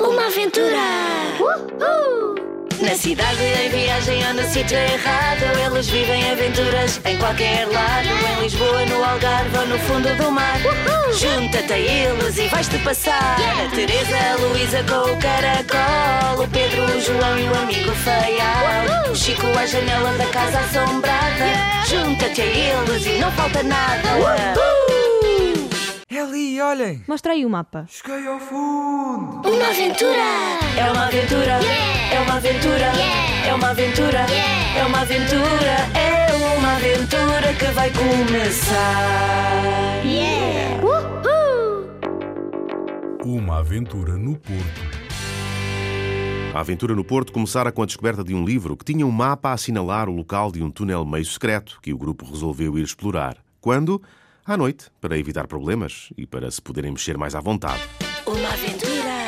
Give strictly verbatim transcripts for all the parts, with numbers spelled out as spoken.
Uma aventura! Uhul! Na cidade, em viagem ou no sítio errado, eles vivem aventuras em qualquer lado. Em Lisboa, no Algarve ou no fundo do mar. Uhul! Junta-te a eles e vais-te passar. Yeah! A Teresa, a Luísa com o caracol, o Pedro, o João e o amigo Feial. O Chico à janela da casa assombrada. Yeah! Junta-te a eles e não falta nada. Uhul! Eli, olhem! Mostra aí o mapa. Cheguei ao fundo! Uma aventura! É uma aventura, Yeah! é uma aventura, Yeah! é uma aventura, Yeah! é uma aventura, é uma aventura que vai começar. Yeah! Uhul! Uma aventura no Porto. A aventura no Porto começara com a descoberta de um livro que tinha um mapa a assinalar o local de um túnel meio secreto que o grupo resolveu ir explorar. Quando? À noite, para evitar problemas e para se poderem mexer mais à vontade. Uma aventura.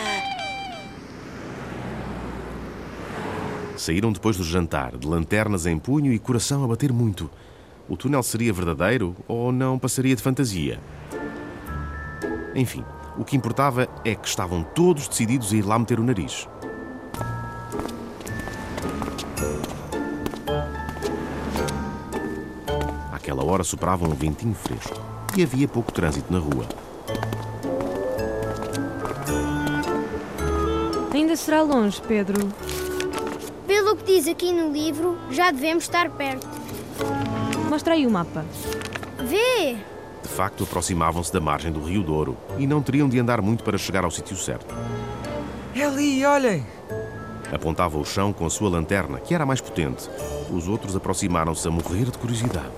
Saíram depois do jantar, de lanternas em punho e coração a bater muito. O túnel seria verdadeiro ou não passaria de fantasia? Enfim, o que importava é que estavam todos decididos a ir lá meter o nariz. Àquela hora soprava um ventinho fresco e havia pouco trânsito na rua. Ainda será longe, Pedro. Pelo que diz aqui no livro, já devemos estar perto. Mostra aí o mapa. Vê! De facto, aproximavam-se da margem do Rio Douro e não teriam de andar muito para chegar ao sítio certo. Eli, olhem! Apontava o chão com a sua lanterna, que era a mais potente. Os outros aproximaram-se a morrer de curiosidade.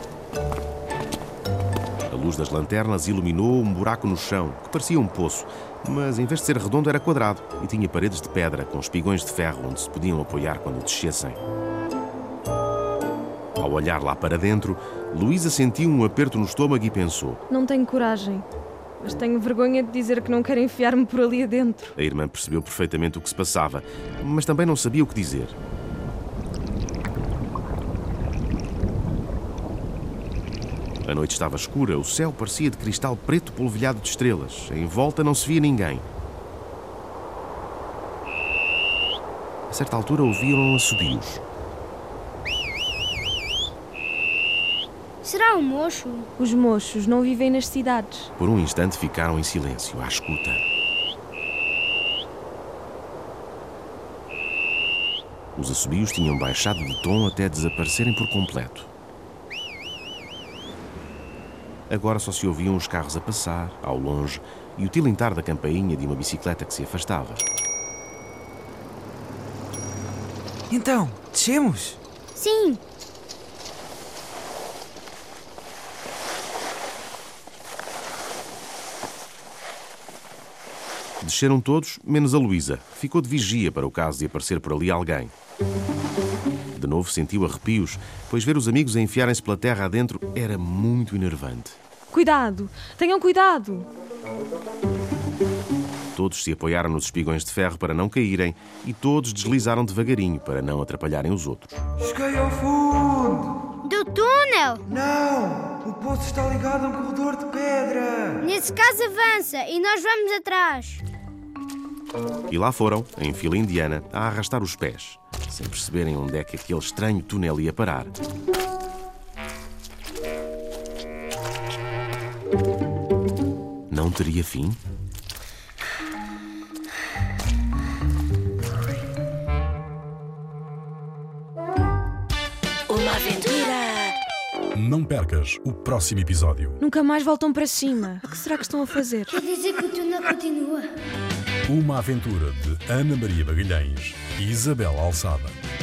A luz das lanternas iluminou um buraco no chão, que parecia um poço, mas em vez de ser redondo era quadrado e tinha paredes de pedra com espigões de ferro onde se podiam apoiar quando descessem. Ao olhar lá para dentro, Luísa sentiu um aperto no estômago e pensou: Não tenho coragem, mas tenho vergonha de dizer que não quero enfiar-me por ali adentro. A irmã percebeu perfeitamente o que se passava, mas também não sabia o que dizer. A noite estava escura, o céu parecia de cristal preto polvilhado de estrelas. Em volta não se via ninguém. A certa altura ouviram assobios. Será um mocho? Os mochos não vivem nas cidades. Por um instante ficaram em silêncio, à escuta. Os assobios tinham baixado de tom até desaparecerem por completo. Agora só se ouviam os carros a passar, ao longe, e o tilintar da campainha de uma bicicleta que se afastava. Então, descemos? Sim! Desceram todos, menos a Luísa. Ficou de vigia para o caso de aparecer por ali alguém. De novo sentiu arrepios, pois ver os amigos a enfiarem-se pela terra adentro era muito enervante. Cuidado! Tenham cuidado! Todos se apoiaram nos espigões de ferro para não caírem e todos deslizaram devagarinho para não atrapalharem os outros. Cheguei ao fundo! Do túnel! Não! O poço está ligado a um corredor de pedra! Nesse caso avança e nós vamos atrás. E lá foram, em fila indiana, a arrastar os pés, sem perceberem onde é que aquele estranho túnel ia parar. Não teria fim? Uma aventura. Não percas o próximo episódio. Nunca mais voltam para cima. O que será que estão a fazer? Quer dizer que o túnel continua. Uma aventura de Ana Maria Magalhães e Isabel Alçada.